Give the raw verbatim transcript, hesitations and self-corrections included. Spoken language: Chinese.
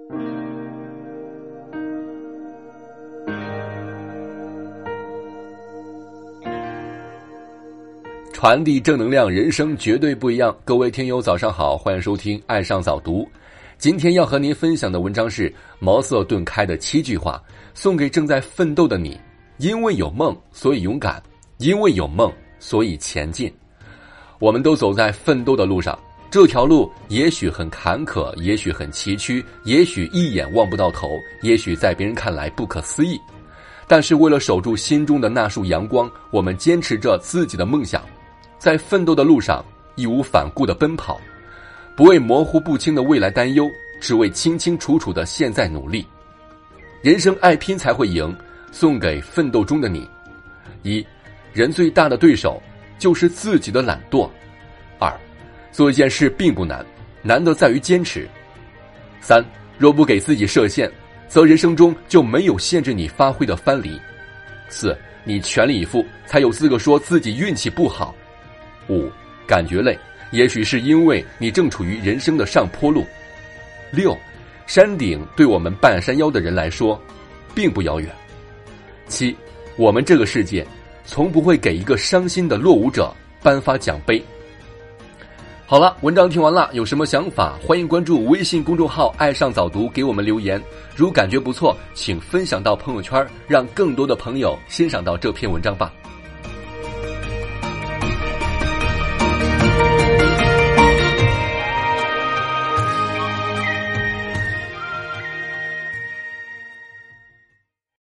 传递正能量，人生绝对不一样。各位听友早上好，欢迎收听爱上早读。今天要和您分享的文章是茅塞顿开的七句话，送给正在奋斗的你。因为有梦，所以勇敢；因为有梦，所以前进。我们都走在奋斗的路上，这条路也许很坎坷，也许很崎岖，也许一眼望不到头，也许在别人看来不可思议。但是为了守住心中的那束阳光，我们坚持着自己的梦想，在奋斗的路上义无反顾地奔跑，不为模糊不清的未来担忧，只为清清楚楚的现在努力。人生爱拼才会赢，送给奋斗中的你。一，人最大的对手就是自己的懒惰。二，做一件事并不难，难的在于坚持。三，若不给自己设限，则人生中就没有限制你发挥的藩篱。四，你全力以赴，才有资格说自己运气不好。五，感觉累，也许是因为你正处于人生的上坡路。六，山顶对我们半山腰的人来说并不遥远。七，我们这个世界从不会给一个伤心的落伍者颁发奖杯。好了，文章听完了，有什么想法欢迎关注微信公众号爱上早读，给我们留言。如感觉不错，请分享到朋友圈，让更多的朋友欣赏到这篇文章吧。